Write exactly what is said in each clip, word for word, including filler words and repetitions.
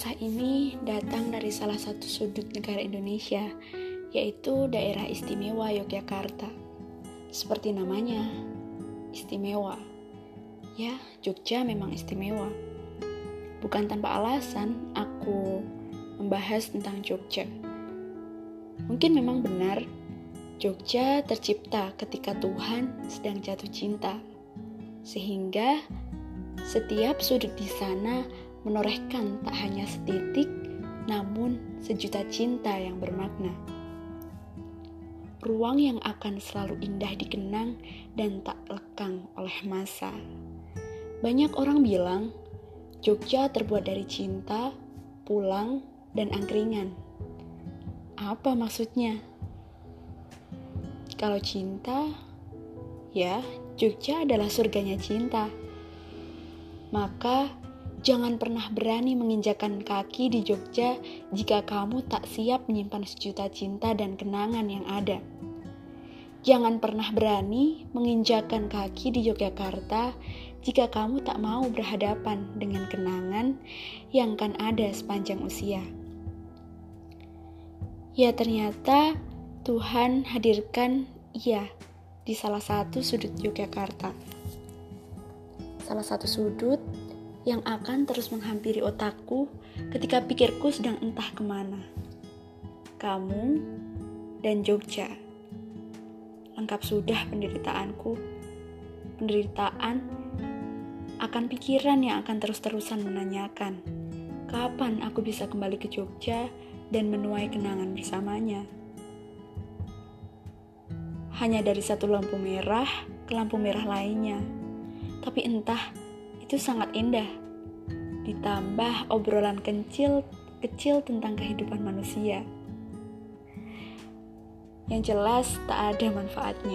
kisah ini datang dari salah satu sudut negara Indonesia, yaitu daerah istimewa Yogyakarta. Seperti namanya, istimewa. Ya, Jogja memang istimewa. Bukan tanpa alasan aku membahas tentang Jogja. Mungkin memang benar, Jogja tercipta ketika Tuhan sedang jatuh cinta. Sehingga setiap sudut di sana menorehkan tak hanya setitik, namun sejuta cinta yang bermakna. Ruang yang akan selalu indah dikenang dan tak lekang oleh masa. Banyak orang bilang, Jogja terbuat dari cinta, pulang, dan angkringan. Apa maksudnya? Kalau cinta, ya Jogja adalah surganya cinta. Maka jangan pernah berani menginjakan kaki di Jogja jika kamu tak siap menyimpan sejuta cinta dan kenangan yang ada. Jangan pernah berani menginjakan kaki di Yogyakarta jika kamu tak mau berhadapan dengan kenangan yang kan ada sepanjang usia. Ya, ternyata Tuhan hadirkan ia di salah satu sudut Yogyakarta. Salah satu sudut yang akan terus menghampiri otakku ketika pikirku sedang entah kemana. Kamu dan Jogja. Lengkap sudah penderitaanku. Penderitaan akan pikiran yang akan terus-terusan menanyakan, kapan aku bisa kembali ke Jogja dan menuai kenangan bersamanya. Hanya dari satu lampu merah ke lampu merah lainnya. Tapi entah, itu sangat indah. Ditambah obrolan kecil kecil tentang kehidupan manusia. Yang jelas tak ada manfaatnya.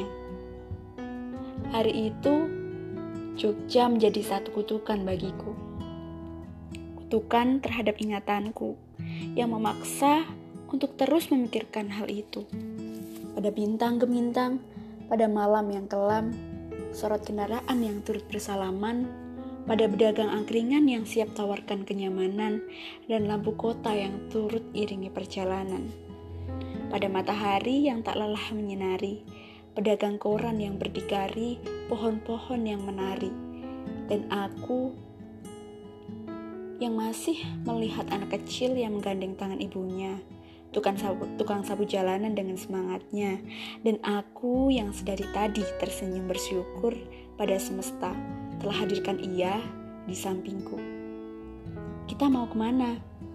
Hari itu Jogja menjadi satu kutukan bagiku. Kutukan terhadap ingatanku yang memaksa untuk terus memikirkan hal itu. Pada bintang gemintang, pada malam yang kelam, sorot kendaraan yang turut bersalaman, pada pedagang angkringan yang siap tawarkan kenyamanan, dan lampu kota yang turut iringi perjalanan. Pada matahari yang tak lelah menyinari, pedagang koran yang berdikari, pohon-pohon yang menari, dan aku yang masih melihat anak kecil yang menggandeng tangan ibunya, tukang sabu, tukang sabu jalanan dengan semangatnya, dan aku yang sedari tadi tersenyum bersyukur pada semesta telah hadirkan ia di sampingku. Kita mau kemana?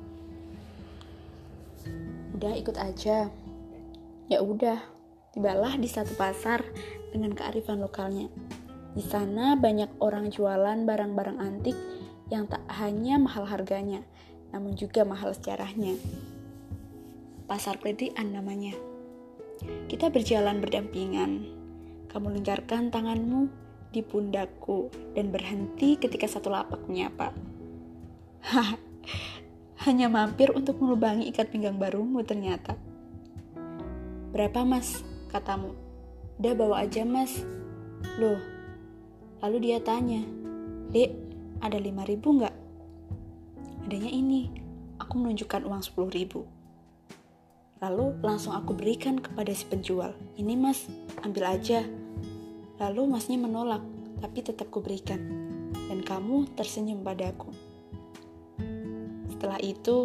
Udah ikut aja. Ya udah, tibalah di satu pasar dengan kearifan lokalnya. Di sana banyak orang jualan barang-barang antik yang tak hanya mahal harganya, namun juga mahal sejarahnya. Pasar Pedian namanya. Kita berjalan berdampingan. Kamu lingkarkan tanganmu di pundakku dan berhenti ketika satu lapak menyapa. Hah, hanya mampir untuk melubangi ikat pinggang barumu ternyata. Berapa mas? Katamu. Udah bawa aja mas. Loh, lalu dia tanya, Dek, ada lima ribu gak? Adanya ini. Aku menunjukkan uang sepuluh ribu. Lalu langsung aku berikan kepada si penjual. Ini mas, ambil aja. Lalu masnya menolak, tapi tetap kuberikan. Dan kamu tersenyum padaku. Setelah itu,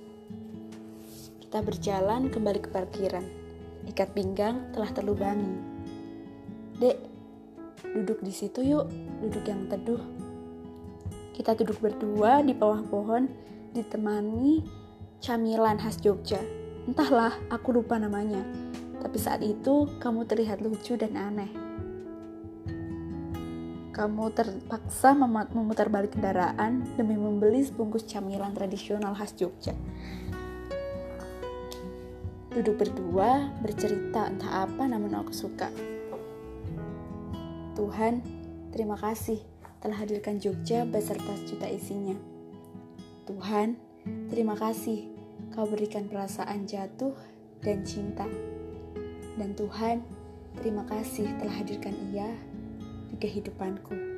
kita berjalan kembali ke parkiran. Ikat pinggang telah terlubangi. Dek, duduk di situ yuk, duduk yang teduh. Kita duduk berdua di bawah pohon, ditemani camilan khas Jogja. Entahlah, aku lupa namanya. Tapi saat itu, kamu terlihat lucu dan aneh. Kamu terpaksa memutar balik kendaraan demi membeli sebungkus camilan tradisional khas Jogja. Duduk berdua, bercerita entah apa namun aku suka. Tuhan, terima kasih telah hadirkan Jogja beserta sejuta isinya. Tuhan, terima kasih Kau berikan perasaan jatuh dan cinta. Dan Tuhan, terima kasih telah hadirkan ia di kehidupanku.